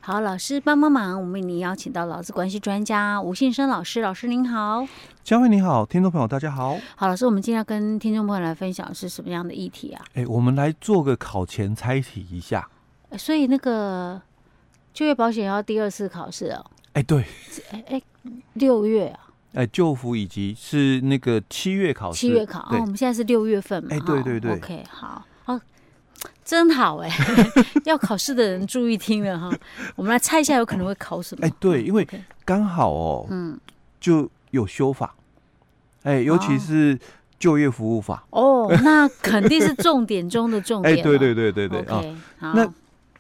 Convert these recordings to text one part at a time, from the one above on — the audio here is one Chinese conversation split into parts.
好，老师帮忙，我们为您邀请到劳资关系专家吴信生老师，老师您好。 嘉惠你好，听众朋友大家好。 好，老师，我们今天要跟听众朋友来分享是什么样的议题啊？ 我们来做个考前猜题一下。 所以那个就业保险要第二次考试哦。 对。 6月啊。 就服以及是那个7月考试。 7月考，我们现在是6月份嘛。 对。 OK， 好。真好要考试的人注意听了哈。我们来猜一下有可能会考什么。 对，因为刚好就有修法，尤其是就业服务法。 那肯定是重点中的重点。 对。 OK， 好。 那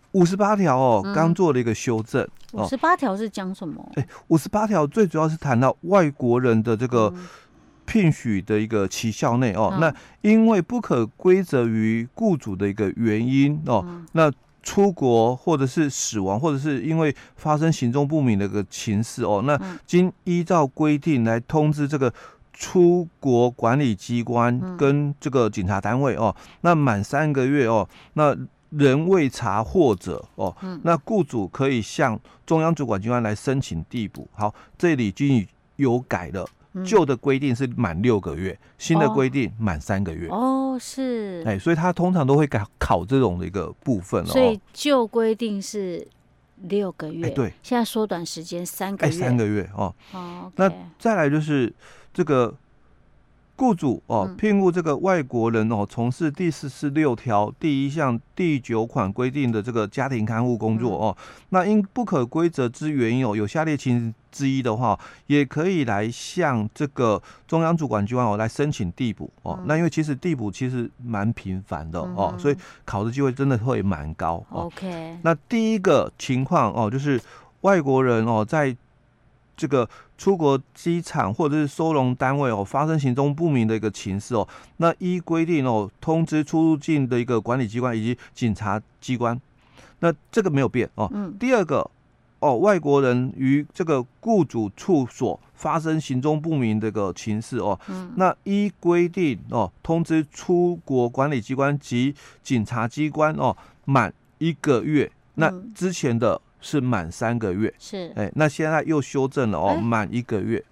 58条刚做了一个修正。 58条是讲什么 ？58条最主要是谈到外国人的这个聘许的一个期效内那因为不可归责于雇主的一个原因那出国或者是死亡，或者是因为发生行踪不明的一个情事那经依照规定来通知这个出国管理机关跟这个警察单位那满3个月那人未查获者那雇主可以向中央主管机关来申请递补。好，这里已经有改了。旧的规定是满6个月，新的规定满3个月。 是。 所以他通常都会考这种的一个部分。 所以旧规定是6个月， 对， 现在缩短时间3个月。 3个月那再来就是这个雇主聘雇这个外国人从事第46条第1项第9款规定的这个家庭看护工作那因不可归责之原因有下列情形之一的话，也可以来向这个中央主管机关来申请递补那因为其实递补其实蛮频繁的所以考的机会真的会蛮高。 OK， 那第一个情况就是外国人在这个出国机场或者是收容单位发生行踪不明的一个情事那依规定通知出入境的一个管理机关以及警察机关，那这个没有变第二个外国人于这个雇主处所发生行踪不明的一个情事那依规定通知出国管理机关及警察机关满1个月，那之前的是满3个月。 是。 那现在又修正了满1个月。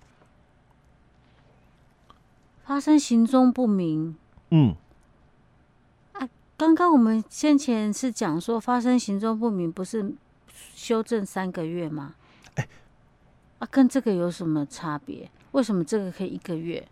发生行踪不明。刚刚我们先前是讲说发生行踪不明不是修正3个月吗？跟这个有什么差别？为什么这个可以1个月？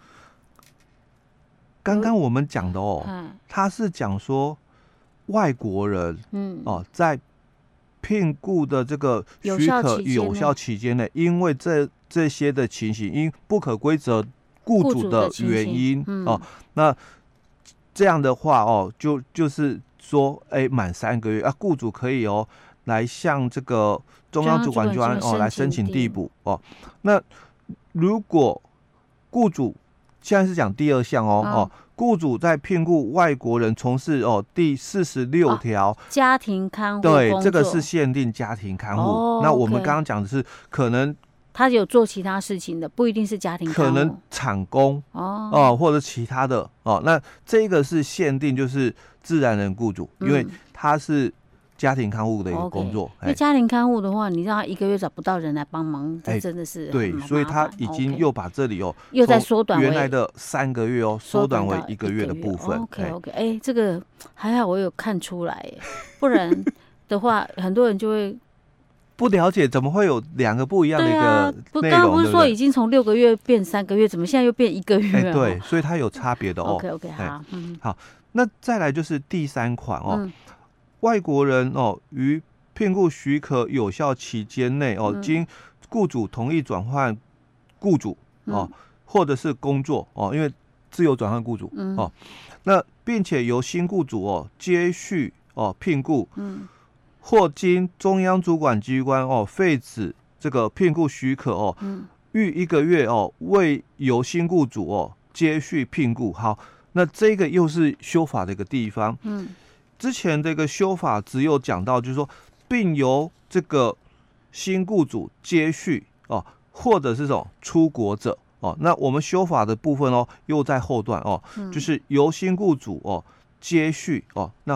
刚刚我们讲的他是讲说外国人在聘雇的这个许可有效期间内，因为这些的情形，因不可归责雇主的原因那这样的话就是说满3个月雇主可以来向这个中央主管机关来申请递补那如果雇主现在是讲第2项雇主在聘雇外国人从事第46条家庭看护对，这个是限定家庭看护那我们刚刚讲的是可能他有做其他事情的，不一定是家庭看护， 可能厂工或者其他的那这个是限定就是自然人雇主因为他是家庭看护的一个工作因为家庭看护的话，你让他1个月找不到人来帮忙，这真的是对，所以他已经又把这里又在缩短原来的3个月缩短为1个月的部分。 OK， 这个还好我有看出来不然的话很多人就会不了解怎么会有2个不一样的一个内容。 刚刚不是说已经从6个月变3个月，怎么现在又变1个月对，所以它有差别的 OK， 好那再来就是第3款外国人于聘雇许可有效期间内经雇主同意转换雇主或者是工作因为自由转换雇主那并且由新雇主接续聘雇或经中央主管机关废止这个聘雇许可逾1个月未由新雇主接续聘雇。好，那这个又是修法的一个地方之前这个修法只有讲到就是说并由这个新雇主接续或者是这种出国者那我们修法的部分又在后段就是由新雇主接续那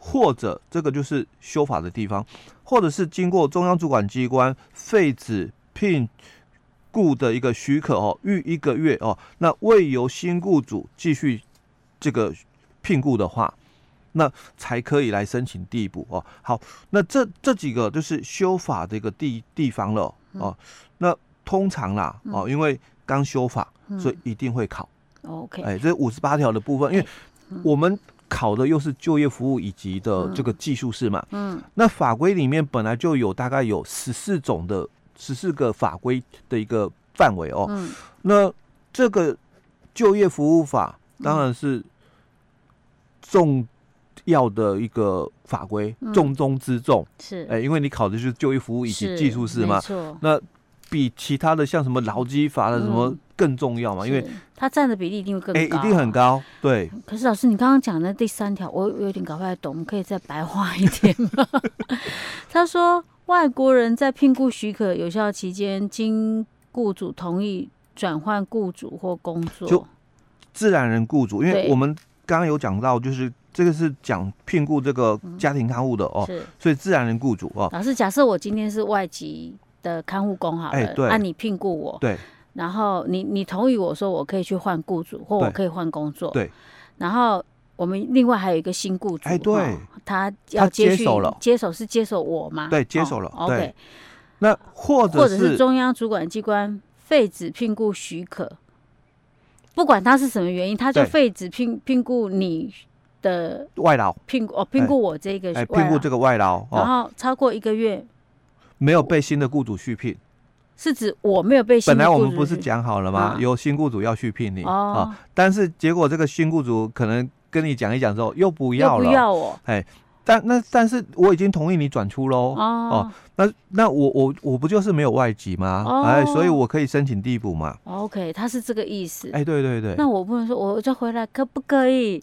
或者这个就是修法的地方，或者是经过中央主管机关废止聘雇的一个许可逾1个月那未由新雇主继续这个聘雇的话，那才可以来申请递补好，那这几个就是修法的一个地方了那通常啦因为刚修法，所以一定会考。 OK， 这58条的部分，因为我们考的又是就业服务以及的这个技术士嘛，那法规里面本来就有大概有14个法规的一个范围那这个就业服务法当然是重要的一个法规，重中之重是， 因为你考的就是就业服务以及技术士嘛，那比其他的像什么劳基法的什么更重要嘛，因为它占的比例一定会更高， 一定很高，对。 可是老师，你刚刚讲的第3条，我有点搞不太懂，我们可以再白话一点吗？他说，外国人在聘雇许可有效期间，经雇主同意转换雇主或工作， 就自然人雇主，因为我们刚刚有讲到，就是这个是讲聘雇这个家庭看护的所以自然人雇主老师，假设我今天是外籍的看护工好了， 对， 你聘雇我， 对， 然后你同意我说我可以去换雇主，或我可以换工作， 对， 然后我们另外还有一个新雇主， 对， 他要接手了， 接手我吗？ 对，接手了 ，OK。 那或者是中央主管机关废止聘雇许可，不管他是什么原因，他就废止聘雇你的外劳， 聘雇我这个聘雇这个外劳， 然后超过1个月没有被新的雇主续聘， 是指我没有被新的雇主续聘， 本来我们不是讲好了吗？由新雇主要续聘你但是结果这个新雇主可能跟你讲一讲之后又不要了， 又不要我， 但是我已经同意你转出喽那我不就是没有外籍吗？所以我可以申请递补嘛。 OK， 他是这个意思。 对对对。 那我不能说我再回来可不可以？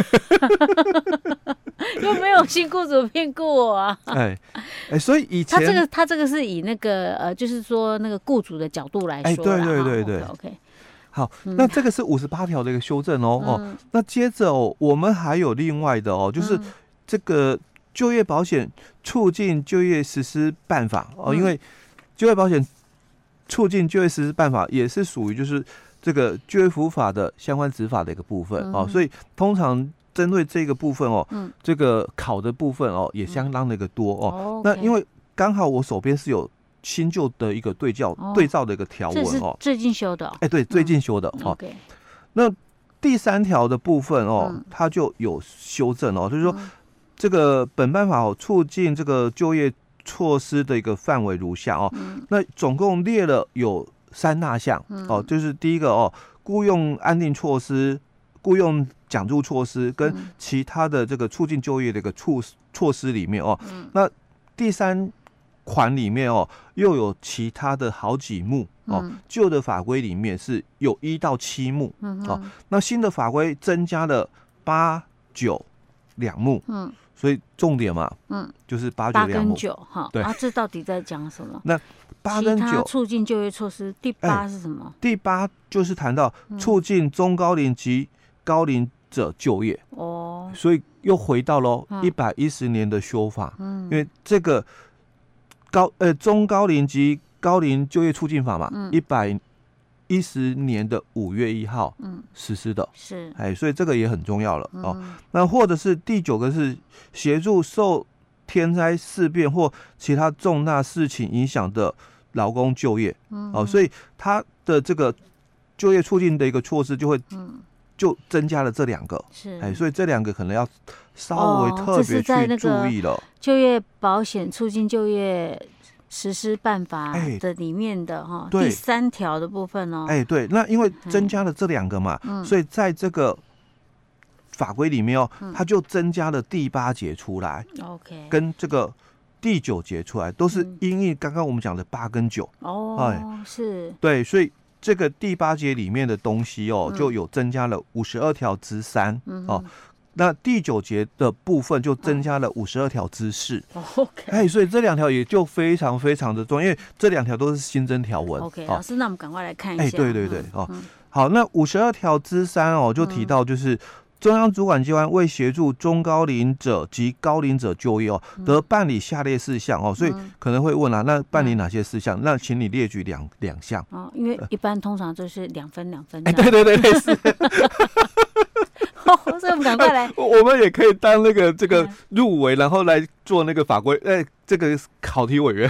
又没有新雇主聘雇我啊。 所以以前他这个是以那个就是说那个雇主的角度来说。 对对对对。 OK。 好，那这个是58条的一个修正那接着我们还有另外的就是这个就业保险促进就业实施办法因为就业保险促进就业实施办法也是属于就是这个就业服务法的相关执法的一个部分所以通常针对这个部分这个考的部分也相当的一个多那因为刚好我手边是有新旧的一个对照的一个条文这是最近修的对，最近修的 OK。 那第3条的部分它就有修正就是说这个本办法促进这个就业措施的一个范围如下那总共列了有3大项就是第一个雇用安定措施、雇用奖助措施跟其他的这个促进就业的一个措施里面那第3款里面又有其他的好几目旧的法规里面是有1到7目那新的法规增加了8、9、2目所以重点嘛就是8、9、2目。 8跟9对这到底在讲什么？ 那8跟9 其他促进就业措施，第8是什么？ 第8就是谈到促进中高龄及高龄者就业所以又回到了110年的修法因为这个中高龄及高龄就业促进法嘛110年的5月1号实施的是所以这个也很重要了那或者是第9个是协助受天灾事变或其他重大事情影响的劳工就业所以它的这个就业促进的一个措施就会就增加了这2个是所以这2个可能要稍微特别去注意了就业保险促进就业实施办法的里面的第3条的部分对，那因为增加了这2个嘛所以在这个法规里面它就增加了第8节出来 OK 跟这个第9节出来都是因应刚刚我们讲的8跟9 是对，所以这个第8节里面的东西就有增加了52条之3那第9节的部分就增加了52条之4 OK 所以这2条也就非常非常的重要，因为这2条都是新增条文 OK 老师那我们赶快来看一下对对对好，那52条之3就提到就是中央主管机关为协助中高龄者及高龄者就业得办理下列事项所以可能会问那办理哪些事项？那请你列举两项因为一般通常都是2分2分。 对对对，类似。 所以我们赶快来， 我们也可以当这个入围，然后来做那个法规，这个考题委员。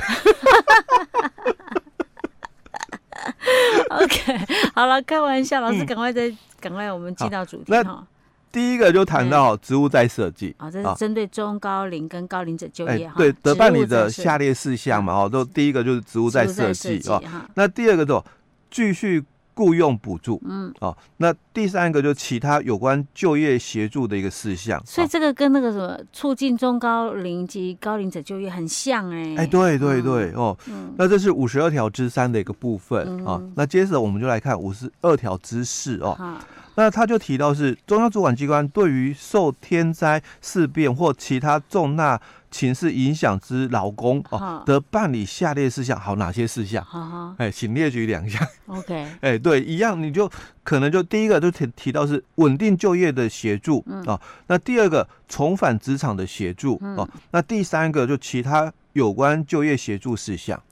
OK， 好了，开玩笑，老师赶快我们进到主题哈。 第一个就谈到职务再设计这是针对中高龄跟高龄者就业对，得办理的下列事项嘛都第一个就是职务再设计那第二个就继续雇用补助那第三个就其他有关就业协助的一个事项， 所以这个跟那个什么促进中高龄及高龄者就业很像对对对那这是52条之3的一个部分那接着我们就来看52条之4那他就提到是中央主管机关对于受天灾事变或其他重大情势影响之劳工得办理下列事项。好，哪些事项？请列举2项。 OK， 对，一样你就可能就第一个就提到是稳定就业的协助那第二个重返职场的协助那第三个就其他有关就业协助事项。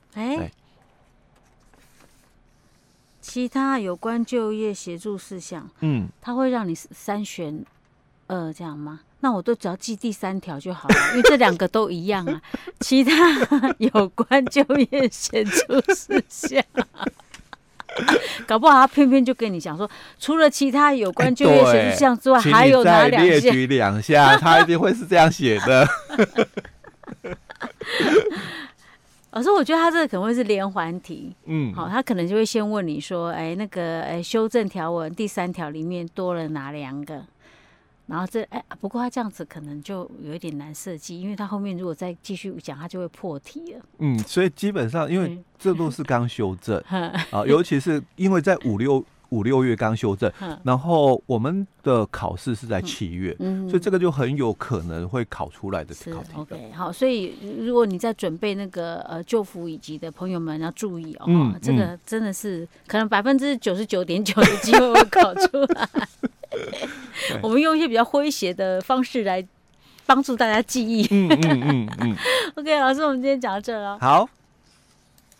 其他有关就业协助事项，他会让你3选2这样吗？那我都只要记第3条就好了，因为这2个都一样啊。其他有关就业协助事项，搞不好他偏偏就跟你讲说，除了其他有关就业协助事项之外，还有哪2项？ 列举2项，他一定会是这样写的。 老师，我觉得他这个可能会是连环题，好，他可能就会先问你说，那个修正条文第3条里面多了哪2个？然后不过他这样子可能就有一点难设计，因为他后面如果再继续讲，他就会破题了。 所以基本上因为这都是刚修正尤其是因为在5、6月刚修正，然后我们的考试是在7月，所以这个就很有可能会考出来的考题。 OK， 好，所以如果你在准备那个就服以及的朋友们要注意这个真的是可能99.9%的机会会考出来。我们用一些比较诙谐的方式来帮助大家记忆。OK， 老师，我们今天讲到这了。 好。